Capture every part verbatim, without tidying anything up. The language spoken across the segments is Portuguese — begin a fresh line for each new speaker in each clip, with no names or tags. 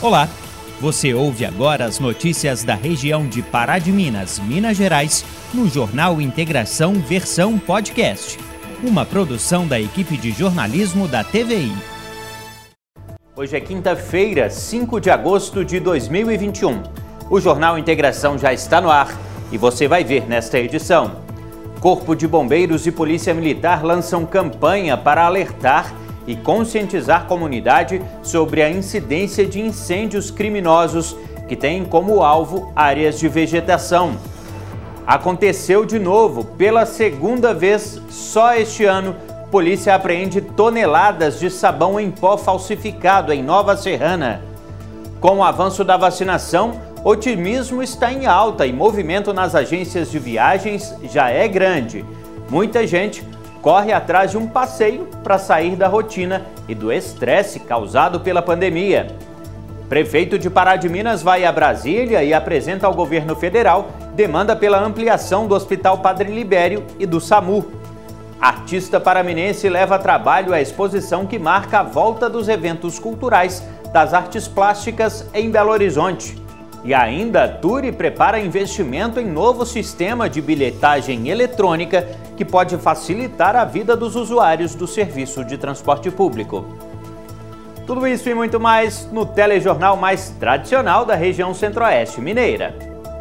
Olá, você ouve agora as notícias da região de Pará de Minas, Minas Gerais, no Jornal Integração versão podcast, uma produção da equipe de jornalismo da T V I. Hoje é quinta-feira, cinco de agosto de dois mil e vinte e um. O Jornal Integração já está no ar e você vai ver nesta edição. Corpo de Bombeiros e Polícia Militar lançam campanha para alertar e conscientizar a comunidade sobre a incidência de incêndios criminosos que têm como alvo áreas de vegetação. Aconteceu de novo, pela segunda vez só este ano, polícia apreende toneladas de sabão em pó falsificado em Nova Serrana. Com o avanço da vacinação, otimismo está em alta e movimento nas agências de viagens já é grande. Muita gente corre atrás de um passeio para sair da rotina e do estresse causado pela pandemia. Prefeito de Pará de Minas vai a Brasília e apresenta ao governo federal demanda pela ampliação do Hospital Padre Libério e do SAMU. Artista paraminense leva a trabalho a exposição que marca a volta dos eventos culturais das artes plásticas em Belo Horizonte. E ainda, Turi prepara investimento em novo sistema de bilhetagem eletrônica que pode facilitar a vida dos usuários do serviço de transporte público. Tudo isso e muito mais no telejornal mais tradicional da região centro-oeste mineira.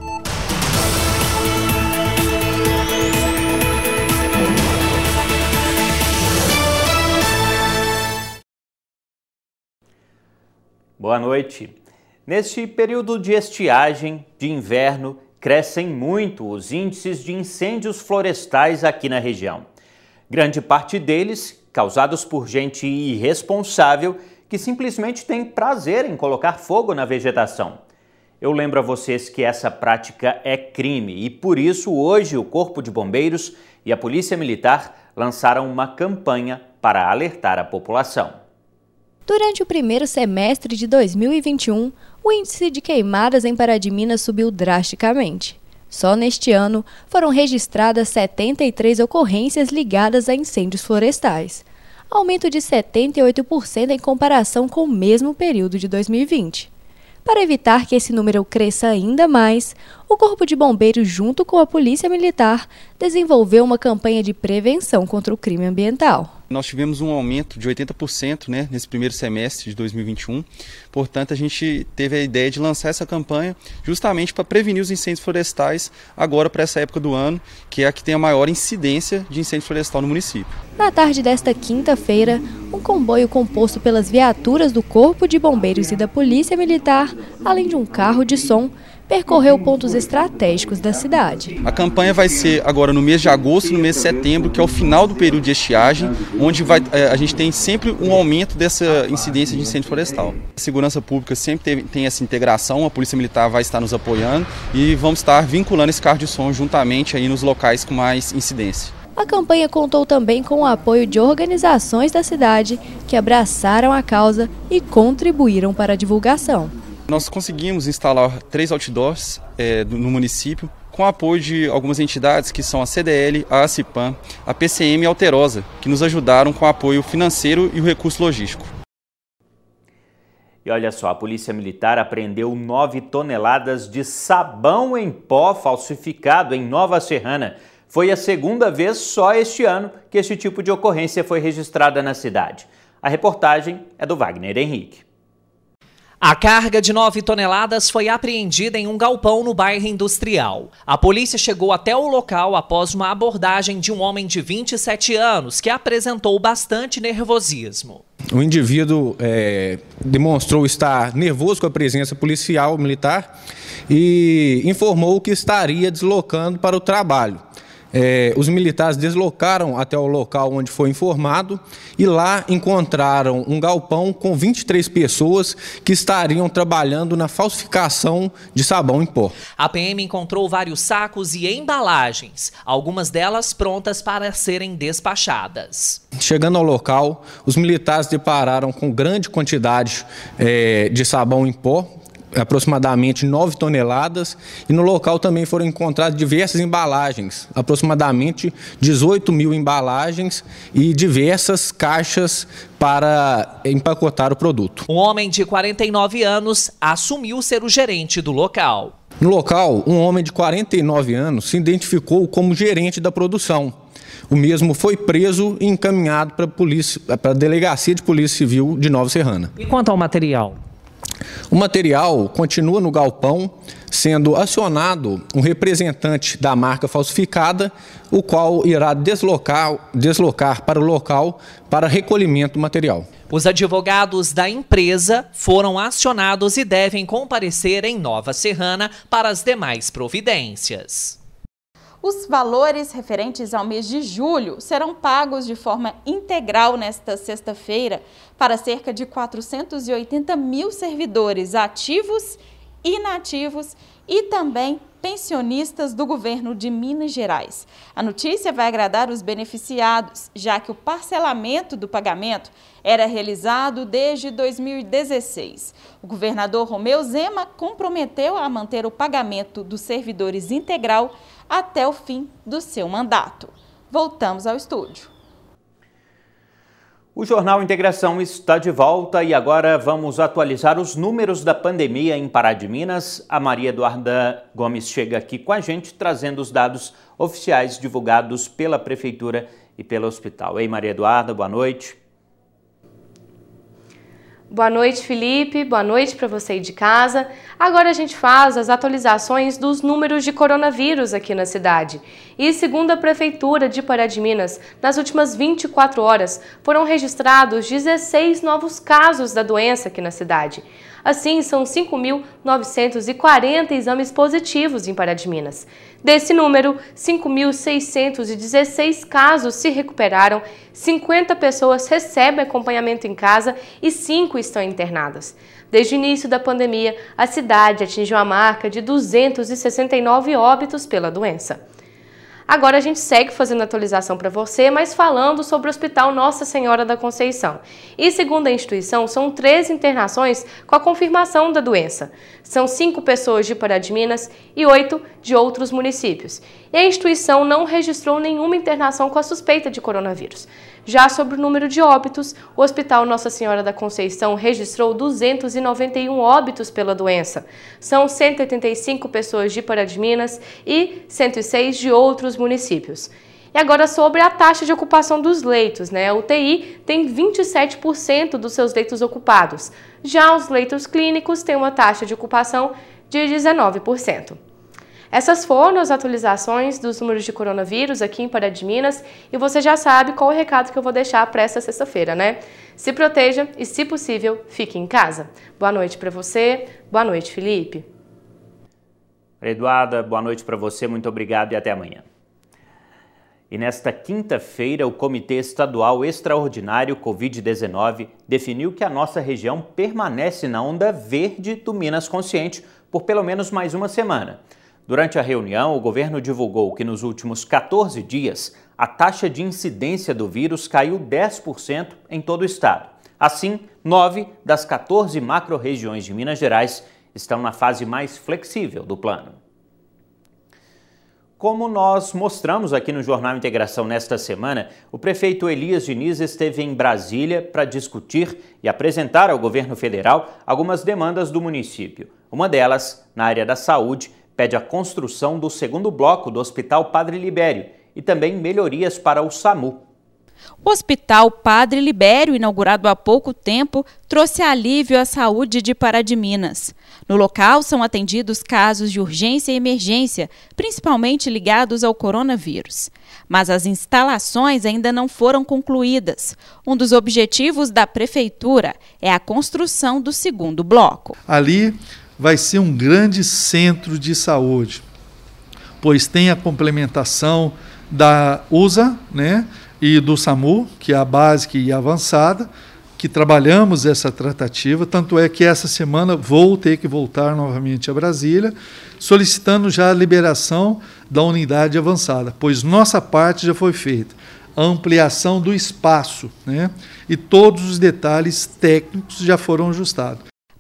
Boa noite. Neste período de estiagem, de inverno, crescem muito os índices de incêndios florestais aqui na região. Grande parte deles causados por gente irresponsável que simplesmente tem prazer em colocar fogo na vegetação. Eu lembro a vocês que essa prática é crime e por isso hoje o Corpo de Bombeiros e a Polícia Militar lançaram uma campanha para alertar a população.
Durante o primeiro semestre de dois mil e vinte e um, o índice de queimadas em Pará de Minas subiu drasticamente. Só neste ano foram registradas setenta e três ocorrências ligadas a incêndios florestais, aumento de setenta e oito por cento em comparação com o mesmo período de dois mil e vinte. Para evitar que esse número cresça ainda mais, o Corpo de Bombeiros, junto com a Polícia Militar, desenvolveu uma campanha de prevenção contra o crime ambiental.
Nós tivemos um aumento de oitenta por cento né, nesse primeiro semestre de dois mil e vinte e um, portanto a gente teve a ideia de lançar essa campanha justamente para prevenir os incêndios florestais agora para essa época do ano, que é a que tem a maior incidência de incêndio florestal no município.
Na tarde desta quinta-feira, um comboio composto pelas viaturas do Corpo de Bombeiros e da Polícia Militar, além de um carro de som, percorreu pontos estratégicos da cidade.
A campanha vai ser agora no mês de agosto e no mês de setembro, que é o final do período de estiagem, onde vai, a gente tem sempre um aumento dessa incidência de incêndio florestal. A segurança pública sempre tem, tem essa integração, a Polícia Militar vai estar nos apoiando e vamos estar vinculando esse carro de som juntamente aí nos locais com mais incidência.
A campanha contou também com o apoio de organizações da cidade que abraçaram a causa e contribuíram para a divulgação.
Nós conseguimos instalar três outdoors é, no município com apoio de algumas entidades que são a C D L, a ACIPAM, a P C M e a Alterosa, que nos ajudaram com o apoio financeiro e o recurso logístico.
E olha só, a Polícia Militar apreendeu nove toneladas de sabão em pó falsificado em Nova Serrana. Foi a segunda vez só este ano que este tipo de ocorrência foi registrada na cidade. A reportagem é do Wagner Henrique.
A carga de nove toneladas foi apreendida em um galpão no bairro Industrial. A polícia chegou até o local após uma abordagem de um homem de vinte e sete anos que apresentou bastante nervosismo.
O indivíduo é, demonstrou estar nervoso com a presença policial militar e informou que estaria deslocando para o trabalho. É, os militares deslocaram até o local onde foi informado e lá encontraram um galpão com vinte e três pessoas que estariam trabalhando na falsificação de sabão em pó.
A P M encontrou vários sacos e embalagens, algumas delas prontas para serem despachadas.
Chegando ao local, os militares depararam com grande quantidade é, de sabão em pó, aproximadamente nove toneladas, e no local também foram encontradas diversas embalagens, aproximadamente dezoito mil embalagens e diversas caixas para empacotar o produto.
Um homem de quarenta e nove anos assumiu ser o gerente do local.
No local, um homem de quarenta e nove anos se identificou como gerente da produção. O mesmo foi preso e encaminhado para a polícia, para a Delegacia de Polícia Civil de Nova Serrana.
E quanto ao material?
O material continua no galpão, sendo acionado um representante da marca falsificada, o qual irá deslocar, deslocar para o local para recolhimento do material.
Os advogados da empresa foram acionados e devem comparecer em Nova Serrana para as demais providências.
Os valores referentes ao mês de julho serão pagos de forma integral nesta sexta-feira para cerca de quatrocentos e oitenta mil servidores ativos, inativos e também pensionistas do governo de Minas Gerais. A notícia vai agradar os beneficiados, já que o parcelamento do pagamento era realizado desde dois mil e dezesseis. O governador Romeu Zema comprometeu a manter o pagamento dos servidores integral até o fim do seu mandato. Voltamos ao estúdio.
O Jornal Integração está de volta e agora vamos atualizar os números da pandemia em Pará de Minas. A Maria Eduarda Gomes chega aqui com a gente, trazendo os dados oficiais divulgados pela Prefeitura e pelo hospital. Ei, Maria Eduarda, boa noite.
Boa noite, Felipe. Boa noite para você aí de casa. Agora a gente faz as atualizações dos números de coronavírus aqui na cidade. E segundo a Prefeitura de Pará de Minas, nas últimas vinte e quatro horas foram registrados dezesseis novos casos da doença aqui na cidade. Assim, são cinco mil novecentos e quarenta exames positivos em Pará de Minas. Desse número, cinco mil seiscentos e dezesseis casos se recuperaram, cinquenta pessoas recebem acompanhamento em casa e cinco estão internadas. Desde o início da pandemia, a cidade atingiu a marca de duzentos e sessenta e nove óbitos pela doença. Agora a gente segue fazendo atualização para você, mas falando sobre o Hospital Nossa Senhora da Conceição. E segundo a instituição, são treze internações com a confirmação da doença. São cinco pessoas de Pará de Minas e oito de outros municípios. E a instituição não registrou nenhuma internação com a suspeita de coronavírus. Já sobre o número de óbitos, o Hospital Nossa Senhora da Conceição registrou duzentos e noventa e um óbitos pela doença. São cento e oitenta e cinco pessoas de Pará de Minas e cento e seis de outros municípios. E agora sobre a taxa de ocupação dos leitos, né? A U T I tem vinte e sete por cento dos seus leitos ocupados. Já os leitos clínicos têm uma taxa de ocupação de dezenove por cento. Essas foram as atualizações dos números de coronavírus aqui em Pará de Minas e você já sabe qual é o recado que eu vou deixar para essa sexta-feira, né? Se proteja e, se possível, fique em casa. Boa noite para você, boa noite, Felipe.
Eduarda, boa noite para você, muito obrigado e até amanhã. E nesta quinta-feira, o Comitê Estadual Extraordinário Covid dezenove definiu que a nossa região permanece na onda verde do Minas Consciente por pelo menos mais uma semana. Durante a reunião, o governo divulgou que nos últimos quatorze dias, a taxa de incidência do vírus caiu dez por cento em todo o estado. Assim, nove das quatorze macro-regiões de Minas Gerais estão na fase mais flexível do plano. Como nós mostramos aqui no Jornal Integração nesta semana, o prefeito Elias Diniz esteve em Brasília para discutir e apresentar ao governo federal algumas demandas do município. Uma delas, na área da saúde, pede a construção do segundo bloco do Hospital Padre Libério e também melhorias para o SAMU.
O Hospital Padre Libério, inaugurado há pouco tempo, trouxe alívio à saúde de Pará de Minas. No local são atendidos casos de urgência e emergência, principalmente ligados ao coronavírus. Mas as instalações ainda não foram concluídas. Um dos objetivos da Prefeitura é a construção do segundo bloco.
Ali vai ser um grande centro de saúde, pois tem a complementação da U S A, né, e do SAMU, que é a básica e avançada, que trabalhamos essa tratativa, tanto é que essa semana vou ter que voltar novamente a Brasília, solicitando já a liberação da unidade avançada, pois nossa parte já foi feita, a ampliação do espaço, né, e todos os detalhes técnicos já foram ajustados.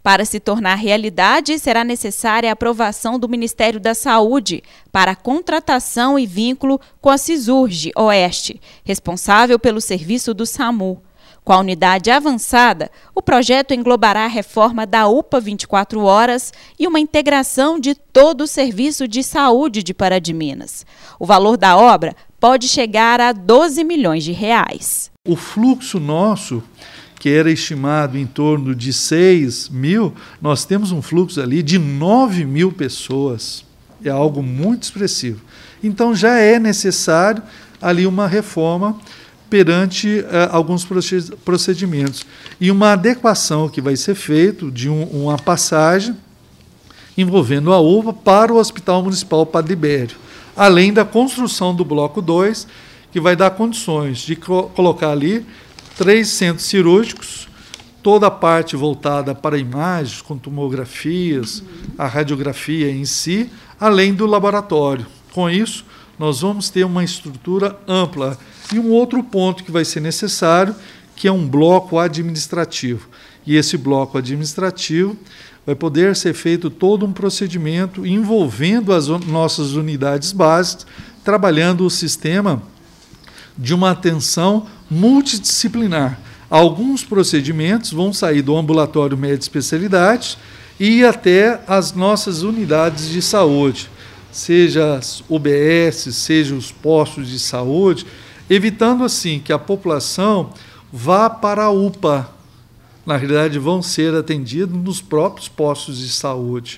Para se tornar realidade, será necessária a aprovação do Ministério da Saúde para a contratação e vínculo com a Cisurg Oeste, responsável pelo serviço do SAMU. Com a unidade avançada, o projeto englobará a reforma da U P A vinte e quatro horas e uma integração de todo o serviço de saúde de Pará de Minas. O valor da obra pode chegar a doze milhões de reais.
O fluxo nosso, que era estimado em torno de seis mil, nós temos um fluxo ali de nove mil pessoas. É algo muito expressivo. Então já é necessário ali uma reforma perante uh, alguns procedimentos. E uma adequação que vai ser feita de um, uma passagem envolvendo a U P A para o Hospital Municipal Padre Libério, além da construção do bloco dois, que vai dar condições de co colocar ali três centros cirúrgicos, toda a parte voltada para imagens, com tomografias, a radiografia em si, além do laboratório. Com isso, nós vamos ter uma estrutura ampla. E um outro ponto que vai ser necessário, que é um bloco administrativo. E esse bloco administrativo vai poder ser feito todo um procedimento envolvendo as nossas unidades básicas, trabalhando o sistema de uma atenção multidisciplinar. Alguns procedimentos vão sair do ambulatório médio de especialidade e até as nossas unidades de saúde, seja as U B S, seja os postos de saúde, evitando assim que a população vá para a U P A. Na realidade, vão ser atendidos nos próprios postos de saúde.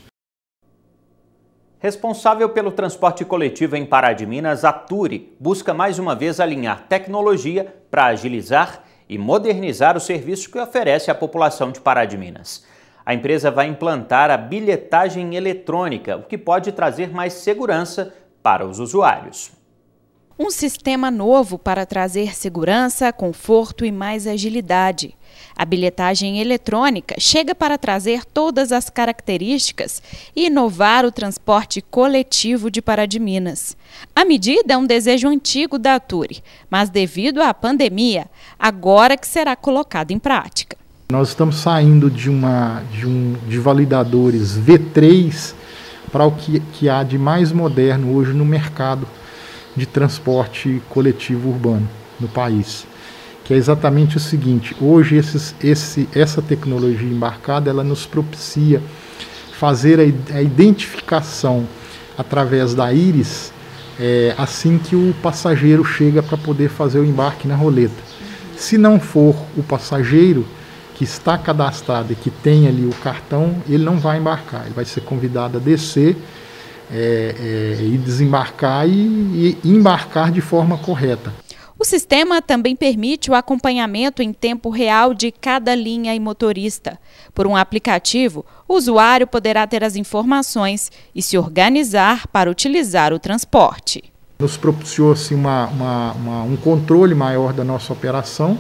Responsável pelo transporte coletivo em Pará de Minas, a Turi busca mais uma vez alinhar tecnologia para agilizar e modernizar o serviço que oferece à população de Pará de Minas. A empresa vai implantar a bilhetagem eletrônica, o que pode trazer mais segurança para os usuários.
Um sistema novo para trazer segurança, conforto e mais agilidade. A bilhetagem eletrônica chega para trazer todas as características e inovar o transporte coletivo de Pará de Minas. A medida é um desejo antigo da Turi, mas devido à pandemia, agora que será colocado em prática.
Nós estamos saindo de, uma, de, um, de validadores V três para o que, que há de mais moderno hoje no mercado de transporte coletivo urbano no país, que é exatamente o seguinte: hoje esses, esse, essa tecnologia embarcada ela nos propicia fazer a, a identificação através da íris é, assim que o passageiro chega para poder fazer o embarque na roleta. Se não for o passageiro que está cadastrado e que tem ali o cartão, ele não vai embarcar, ele vai ser convidado a descer É, é, e desembarcar e, e embarcar de forma correta.
O sistema também permite o acompanhamento em tempo real de cada linha e motorista. Por um aplicativo, o usuário poderá ter as informações e se organizar para utilizar o transporte.
Nos propiciou assim, uma, uma, uma, um controle maior da nossa operação.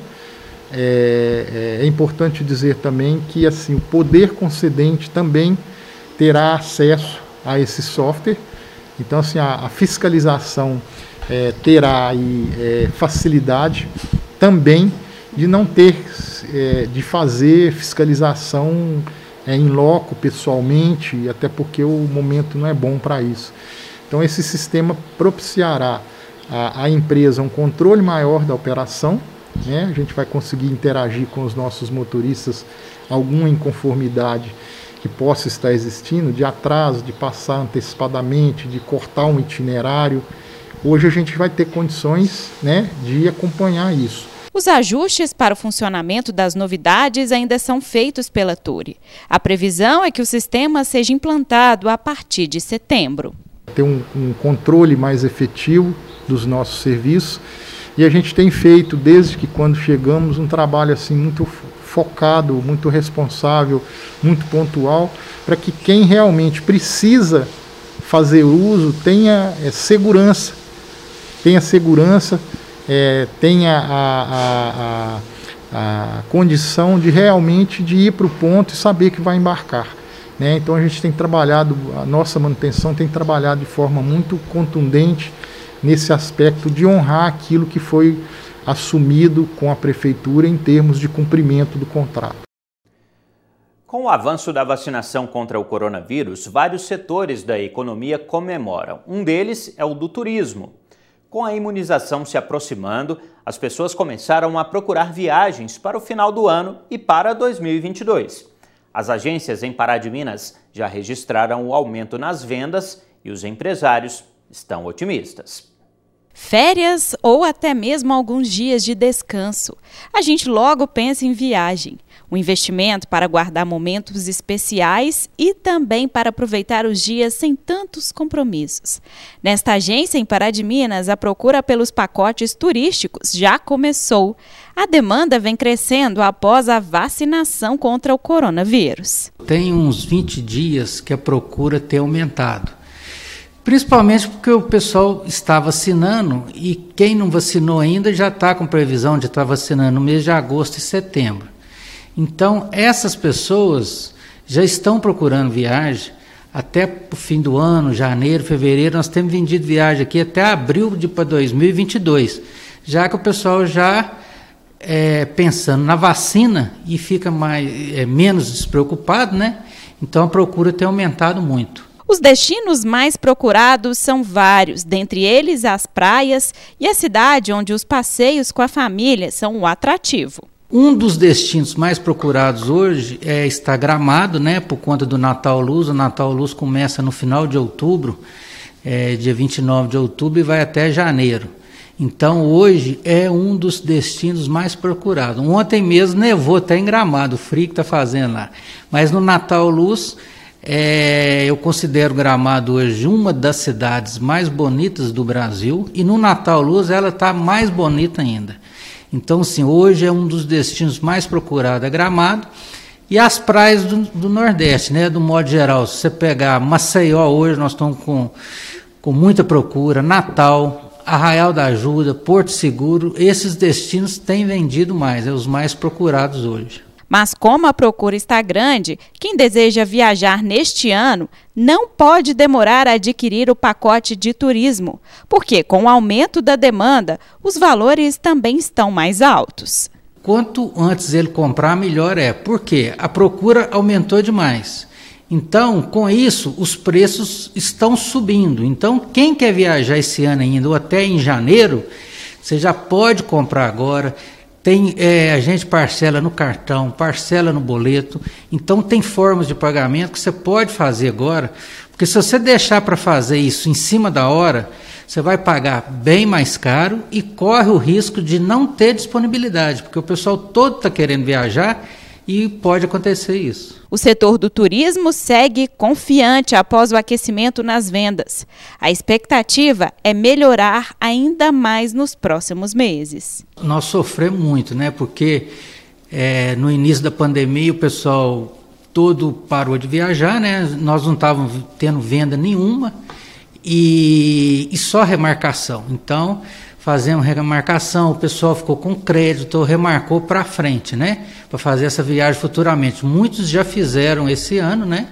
É, é, é importante dizer também que assim, o poder concedente também terá acesso a esse software. Então assim, a, a fiscalização é, terá aí, é, facilidade também de não ter, é, de fazer fiscalização é, em loco, pessoalmente, até porque o momento não é bom para isso. Então esse sistema propiciará à empresa um controle maior da operação, né? A gente vai conseguir interagir com os nossos motoristas, alguma inconformidade que possa estar existindo, de atraso, de passar antecipadamente, de cortar um itinerário. Hoje a gente vai ter condições, né, de acompanhar isso.
Os ajustes para o funcionamento das novidades ainda são feitos pela Turi. A previsão é que o sistema seja implantado a partir de setembro.
Ter um, um controle mais efetivo dos nossos serviços, e a gente tem feito, desde que quando chegamos, um trabalho assim muito focado, muito responsável, muito pontual, para que quem realmente precisa fazer uso tenha é, segurança, tenha segurança, é, tenha a, a, a, a condição de realmente de ir para o ponto e saber que vai embarcar. Né? Então a gente tem trabalhado, a nossa manutenção tem trabalhado de forma muito contundente nesse aspecto de honrar aquilo que foi assumido com a Prefeitura em termos de cumprimento do contrato.
Com o avanço da vacinação contra o coronavírus, vários setores da economia comemoram. Um deles é o do turismo. Com a imunização se aproximando, as pessoas começaram a procurar viagens para o final do ano e para dois mil e vinte e dois. As agências em Pará de Minas já registraram o aumento nas vendas e os empresários estão otimistas.
Férias ou até mesmo alguns dias de descanso. A gente logo pensa em viagem. Um investimento para guardar momentos especiais e também para aproveitar os dias sem tantos compromissos. Nesta agência em Pará de Minas, a procura pelos pacotes turísticos já começou. A demanda vem crescendo após a vacinação contra o coronavírus.
Tem uns vinte dias que a procura tem aumentado. Principalmente porque o pessoal está vacinando e quem não vacinou ainda já está com previsão de estar vacinando no mês de agosto e setembro. Então, essas pessoas já estão procurando viagem até o fim do ano, janeiro, fevereiro. Nós temos vendido viagem aqui até abril de dois mil e vinte e dois, já que o pessoal já é, pensando na vacina e fica mais, é, menos despreocupado, né? Então, a procura tem aumentado muito.
Os destinos mais procurados são vários, dentre eles as praias e a cidade onde os passeios com a família são um atrativo.
Um dos destinos mais procurados hoje é está Gramado, né, por conta do Natal Luz. O Natal Luz começa no final de outubro, é, dia vinte e nove de outubro, e vai até janeiro. Então hoje é um dos destinos mais procurados. Ontem mesmo nevou até em Gramado, o frio que está fazendo lá. Mas no Natal Luz, é, eu considero Gramado hoje uma das cidades mais bonitas do Brasil, e no Natal Luz ela está mais bonita ainda. Então, sim, hoje é um dos destinos mais procurados, é Gramado, e as praias do, do Nordeste, né, do modo geral. Se você pegar Maceió, hoje nós estamos com, com muita procura, Natal, Arraial da Ajuda, Porto Seguro, esses destinos têm vendido mais, é os mais procurados hoje.
Mas como a procura está grande, quem deseja viajar neste ano não pode demorar a adquirir o pacote de turismo, porque com o aumento da demanda, os valores também estão mais altos.
Quanto antes ele comprar, melhor é, porque a procura aumentou demais. Então, com isso, os preços estão subindo. Então, quem quer viajar esse ano ainda, ou até em janeiro, você já pode comprar agora. Tem, é, a gente parcela no cartão, parcela no boleto, então tem formas de pagamento que você pode fazer agora, porque se você deixar para fazer isso em cima da hora, você vai pagar bem mais caro e corre o risco de não ter disponibilidade, porque o pessoal todo está querendo viajar e pode acontecer isso.
O setor do turismo segue confiante após o aquecimento nas vendas. A expectativa é melhorar ainda mais nos próximos meses.
Nós sofremos muito, né? Porque é, no início da pandemia o pessoal todo parou de viajar, né? Nós não estávamos tendo venda nenhuma e, e só remarcação. Então, fazemos remarcação, o pessoal ficou com crédito, remarcou para frente, né? Para fazer essa viagem futuramente. Muitos já fizeram esse ano, né?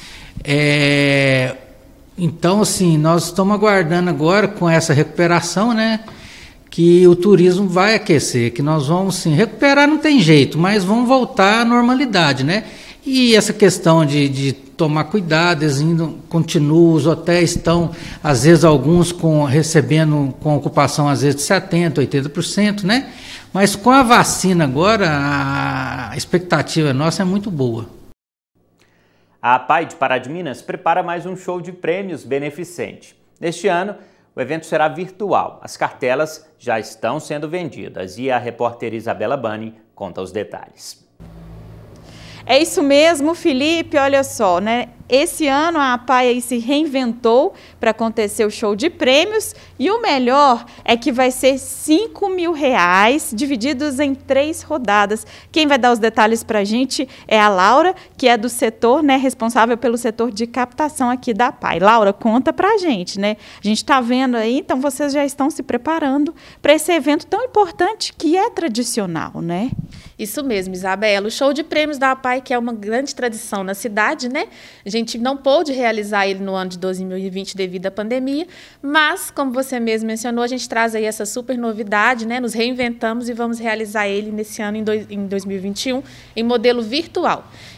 É, então, assim, nós estamos aguardando agora, com essa recuperação, né? Que o turismo vai aquecer, que nós vamos, sim, recuperar não tem jeito, mas vamos voltar à normalidade, né? E essa questão de, de tomar cuidado, eles ainda continuam, os hotéis estão, às vezes, alguns com, recebendo com ocupação, às vezes, de setenta por cento, oitenta por cento, né? Mas com a vacina agora, a expectativa nossa é muito boa.
A APAI de Pará de Minas prepara mais um show de prêmios beneficente. Neste ano, o evento será virtual. As cartelas já estão sendo vendidas e a repórter Isabela Bani conta os detalhes.
É isso mesmo, Felipe, olha só, né? Esse ano a APAI aí se reinventou para acontecer o show de prêmios e o melhor é que vai ser cinco mil reais divididos em três rodadas. Quem vai dar os detalhes para a gente é a Laura, que é do setor, né, responsável pelo setor de captação aqui da APAI. Laura, conta para a gente, né? A gente está vendo aí, então vocês já estão se preparando para esse evento tão importante que é tradicional, né?
Isso mesmo, Isabela. O show de prêmios da APAI, que é uma grande tradição na cidade, né? A gente não pôde realizar ele no ano de dois mil e vinte devido à pandemia, mas, como você mesmo mencionou, a gente traz aí essa super novidade, né? Nos reinventamos e vamos realizar ele nesse ano, em dois mil e vinte e um, em modelo virtual.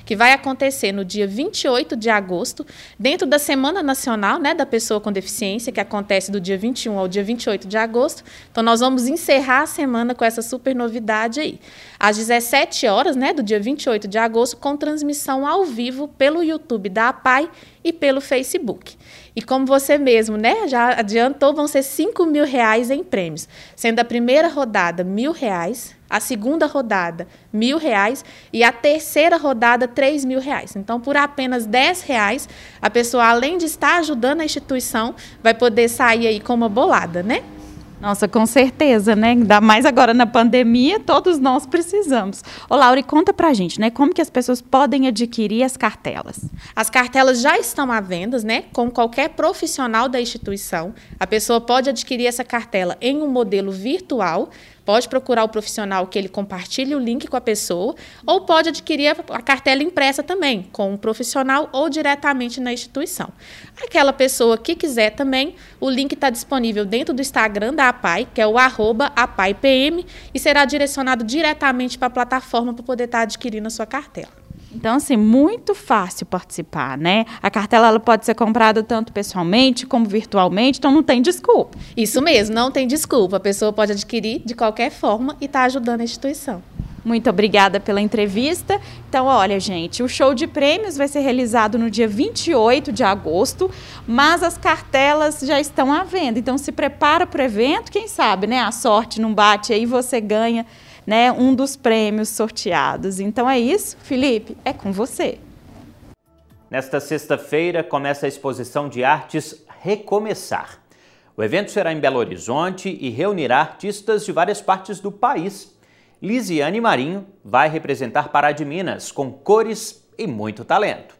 que vai acontecer no dia vinte e oito de agosto, dentro da Semana Nacional, né, da Pessoa com Deficiência, que acontece do dia vinte e um ao dia vinte e oito de agosto. Então, nós vamos encerrar a semana com essa super novidade aí. Às dezessete horas, né, do dia vinte e oito de agosto, com transmissão ao vivo pelo YouTube da A P A I e pelo Facebook. E como você mesmo, né, já adiantou, vão ser cinco mil reais em prêmios, sendo a primeira rodada mil reais, a segunda rodada mil reais e a terceira rodada três mil reais. Então, por apenas dez reais, a pessoa, além de estar ajudando a instituição, vai poder sair aí com uma bolada, né?
Nossa, com certeza, né? Ainda mais agora na pandemia, todos nós precisamos. Ô, Laura, e conta pra gente, né? Como que as pessoas podem adquirir as cartelas?
As cartelas já estão à venda, né? Com qualquer profissional da instituição. A pessoa pode adquirir essa cartela em um modelo virtual. Pode procurar o profissional que ele compartilhe o link com a pessoa, ou pode adquirir a cartela impressa também, com um profissional ou diretamente na instituição. Aquela pessoa que quiser também, o link está disponível dentro do Instagram da A P A I, que é o arroba A P A I P M, e será direcionado diretamente para a plataforma para poder estar adquirindo a sua cartela.
Então, assim, muito fácil participar, né? A cartela ela pode ser comprada tanto pessoalmente como virtualmente, então não tem desculpa.
Isso mesmo, não tem desculpa. A pessoa pode adquirir de qualquer forma e está ajudando a instituição.
Muito obrigada pela entrevista. Então, olha, gente, o show de prêmios vai ser realizado no dia vinte e oito de agosto, mas as cartelas já estão à venda. Então, se prepara para o evento, quem sabe, né? A sorte não bate aí, você ganha, né, um dos prêmios sorteados. Então é isso, Felipe, é com você.
Nesta sexta-feira começa a exposição de artes Recomeçar. O evento será em Belo Horizonte e reunirá artistas de várias partes do país. Lisiane Marinho vai representar Pará de Minas com cores e muito talento.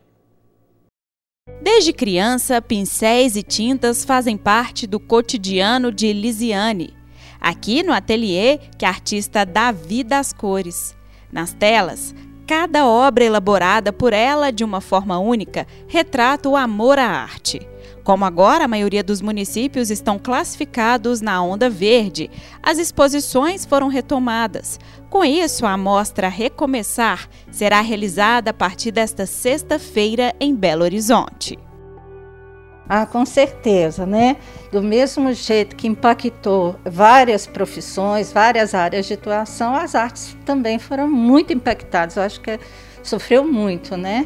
Desde criança, pincéis e tintas fazem parte do cotidiano de Lisiane. Aqui no ateliê que a artista dá vida às cores. Nas telas, cada obra elaborada por ela de uma forma única retrata o amor à arte. Como agora a maioria dos municípios estão classificados na onda verde, as exposições foram retomadas. Com isso, a mostra Recomeçar será realizada a partir desta sexta-feira em Belo Horizonte.
Ah, com certeza, né? Do mesmo jeito que impactou várias profissões, várias áreas de atuação, as artes também foram muito impactadas. Eu acho que sofreu muito, né?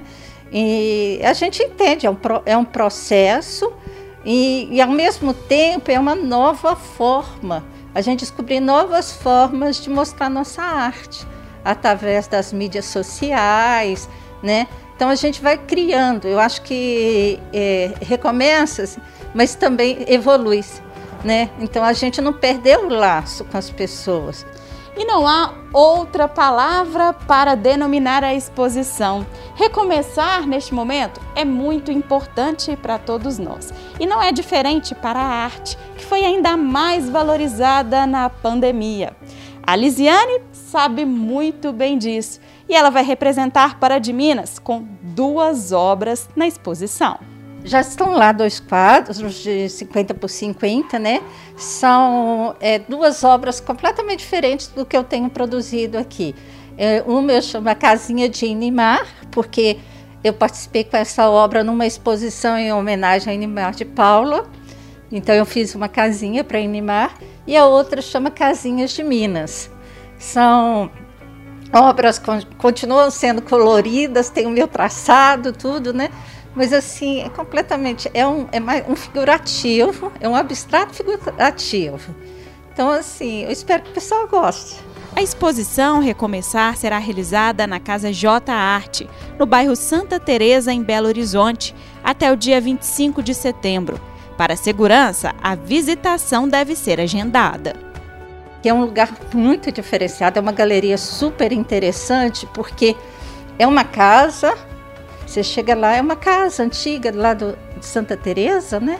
E a gente entende, é um, é um processo e, e, ao mesmo tempo, é uma nova forma. A gente descobrir novas formas de mostrar nossa arte, através das mídias sociais, né? Então, a gente vai criando, eu acho que é, recomeça, mas também evolui, né? Então, a gente não perdeu o laço com as pessoas.
E não há outra palavra para denominar a exposição. Recomeçar, neste momento, é muito importante para todos nós. E não é diferente para a arte, que foi ainda mais valorizada na pandemia. A Lisiane sabe muito bem disso. E ela vai representar Pará de Minas com duas obras na exposição.
Já estão lá dois quadros de cinquenta por cinquenta, né? São é, duas obras completamente diferentes do que eu tenho produzido aqui. É, uma eu chamo a Casinha de Inimar, porque eu participei com essa obra numa exposição em homenagem a Inimar de Paula. Então eu fiz uma casinha para Inimar. E a outra chama Casinhas de Minas. São obras que continuam sendo coloridas, tem o meu traçado, tudo, né? Mas assim, é completamente, é um, é mais um figurativo, é um abstrato figurativo. Então assim, eu espero que o pessoal goste.
A exposição Recomeçar será realizada na Casa J Arte, no bairro Santa Teresa, em Belo Horizonte, até o dia vinte e cinco de setembro. Para a segurança, a visitação deve ser agendada.
É um lugar muito diferenciado, é uma galeria super interessante, porque é uma casa, você chega lá, é uma casa antiga lá do, de Santa Teresa, né?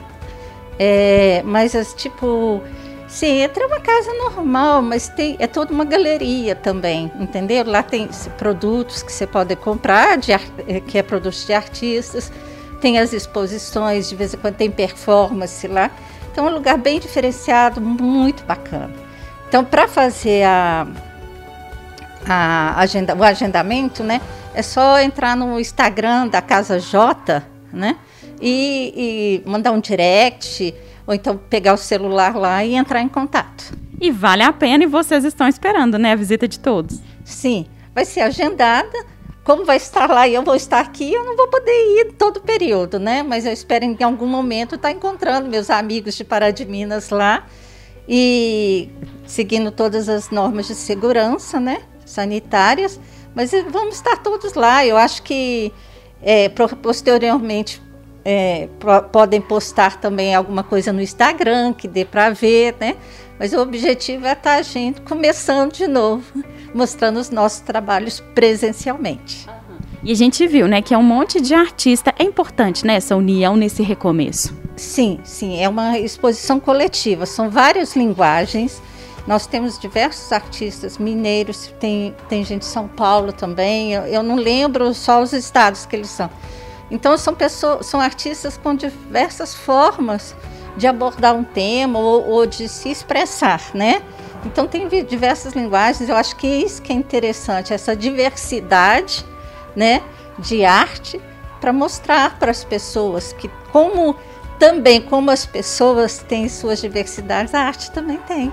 É, mas é tipo, você entra, é uma casa normal, mas tem, é toda uma galeria também, entendeu? Lá tem produtos que você pode comprar, de, que é produtos de artistas, tem as exposições, de vez em quando tem performance lá. Então é um lugar bem diferenciado, muito bacana. Então, para fazer a, a agenda, o agendamento, né? É só entrar no Instagram da Casa J, né? E, e mandar um direct, ou então pegar o celular lá e entrar em contato.
E vale a pena e vocês estão esperando, né? A visita de todos.
Sim, vai ser agendada. Como vai estar lá e eu vou estar aqui, eu não vou poder ir todo o período, né? Mas eu espero em algum momento estar encontrando meus amigos de Pará de Minas lá e seguindo todas as normas de segurança, né? Sanitárias. Mas vamos estar todos lá. Eu acho que é, posteriormente é, podem postar também alguma coisa no Instagram que dê para ver, né? Mas o objetivo é estar a gente começando de novo, mostrando os nossos trabalhos presencialmente.
E a gente viu, né, que é um monte de artista. É importante, né, essa união nesse recomeço.
Sim, sim, é uma exposição coletiva. São várias linguagens. Nós temos diversos artistas mineiros, tem, tem gente de São Paulo também. Eu, eu não lembro só os estados que eles são. Então são pessoas, são artistas com diversas formas de abordar um tema ou, ou de se expressar, né? Então tem diversas linguagens, eu acho que isso que é interessante, essa diversidade, né, de arte, para mostrar para as pessoas que como também como as pessoas têm suas diversidades, a arte também tem.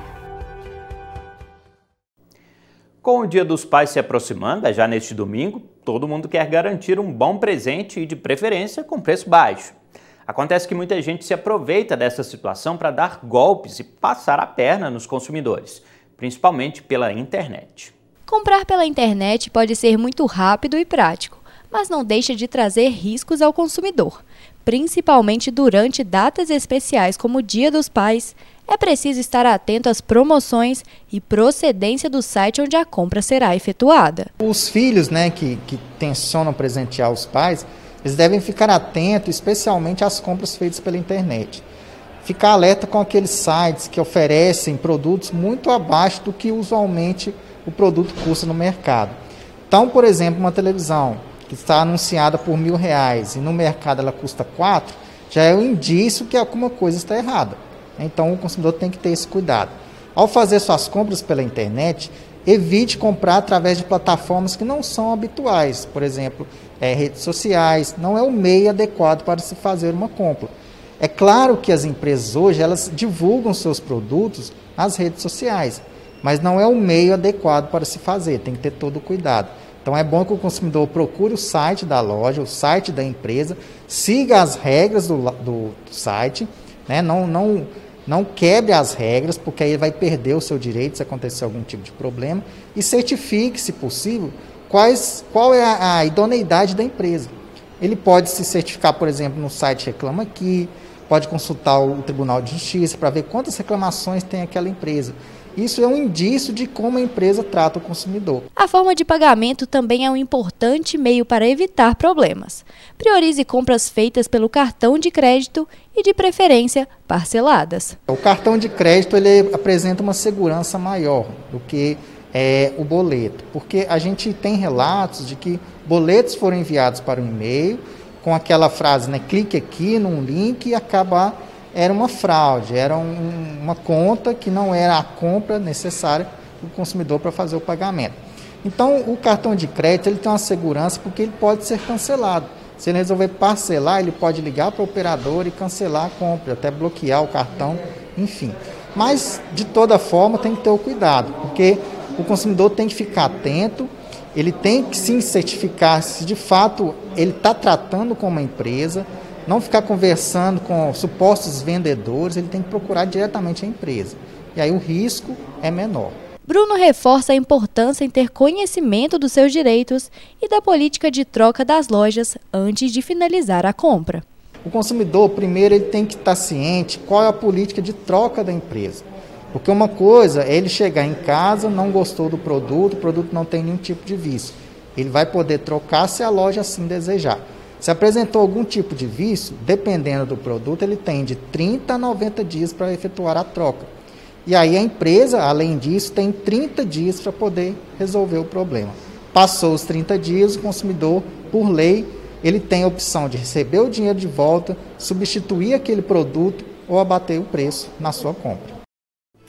Com o Dia dos Pais se aproximando, já neste domingo, todo mundo quer garantir um bom presente e de preferência com preço baixo. Acontece que muita gente se aproveita dessa situação para dar golpes e passar a perna nos consumidores, principalmente pela internet.
Comprar pela internet pode ser muito rápido e prático, mas não deixa de trazer riscos ao consumidor. Principalmente durante datas especiais como o Dia dos Pais, é preciso estar atento às promoções e procedência do site onde a compra será efetuada.
Os filhos, né, que, que tensionam presentear os pais, eles devem ficar atentos, especialmente às compras feitas pela internet. Ficar alerta com aqueles sites que oferecem produtos muito abaixo do que usualmente o produto custa no mercado. Então, por exemplo, uma televisão que está anunciada por mil reais e no mercado ela custa quatro, já é um indício que alguma coisa está errada. Então, o consumidor tem que ter esse cuidado. Ao fazer suas compras pela internet, evite comprar através de plataformas que não são habituais, por exemplo, é, redes sociais, não é o meio adequado para se fazer uma compra. É claro que as empresas hoje elas divulgam seus produtos nas redes sociais, mas não é o meio adequado para se fazer, tem que ter todo o cuidado. Então é bom que o consumidor procure o site da loja, o site da empresa, siga as regras do, do, do site, né? não, não, não quebre as regras, porque aí ele vai perder o seu direito se acontecer algum tipo de problema, e certifique, se possível, quais, qual é a, a idoneidade da empresa. Ele pode se certificar, por exemplo, no site Reclama Aqui, pode consultar o Tribunal de Justiça para ver quantas reclamações tem aquela empresa. Isso é um indício de como a empresa trata o consumidor.
A forma de pagamento também é um importante meio para evitar problemas. Priorize compras feitas pelo cartão de crédito e, de preferência, parceladas.
O cartão de crédito ele apresenta uma segurança maior do que é, o boleto, porque a gente tem relatos de que boletos foram enviados para o e-mail com aquela frase, né, clique aqui num link e acaba... Era uma fraude, era um, uma conta que não era a compra necessária do consumidor para fazer o pagamento. Então, o cartão de crédito ele tem uma segurança porque ele pode ser cancelado. Se ele resolver parcelar, ele pode ligar para o operador e cancelar a compra, até bloquear o cartão, enfim. Mas, de toda forma, tem que ter o cuidado, porque o consumidor tem que ficar atento, ele tem que sim certificar se de fato ele está tratando com uma empresa, não ficar conversando com supostos vendedores, ele tem que procurar diretamente a empresa. E aí o risco é menor.
Bruno reforça a importância em ter conhecimento dos seus direitos e da política de troca das lojas antes de finalizar a compra.
O consumidor, primeiro, ele tem que estar ciente qual é a política de troca da empresa. Porque uma coisa é ele chegar em casa, não gostou do produto, o produto não tem nenhum tipo de vício. Ele vai poder trocar se a loja assim desejar. Se apresentou algum tipo de vício, dependendo do produto, ele tem de trinta a noventa dias para efetuar a troca. E aí a empresa, além disso, tem trinta dias para poder resolver o problema. Passou os trinta dias, o consumidor, por lei, ele tem a opção de receber o dinheiro de volta, substituir aquele produto ou abater o preço na sua compra.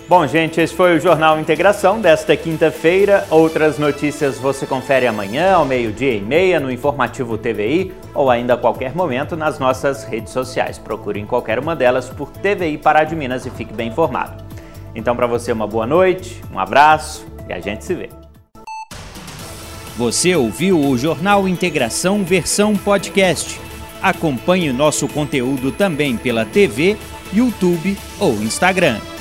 Bom, gente, esse foi o Jornal Integração desta quinta-feira. Outras notícias você confere amanhã, ao meio-dia e meia, no Informativo T V I ou ainda a qualquer momento nas nossas redes sociais. Procure em qualquer uma delas por T V I Pará de Minas e fique bem informado. Então, para você, uma boa noite, um abraço e a gente se vê. Você ouviu o Jornal Integração versão podcast. Acompanhe o nosso conteúdo também pela T V, YouTube ou Instagram.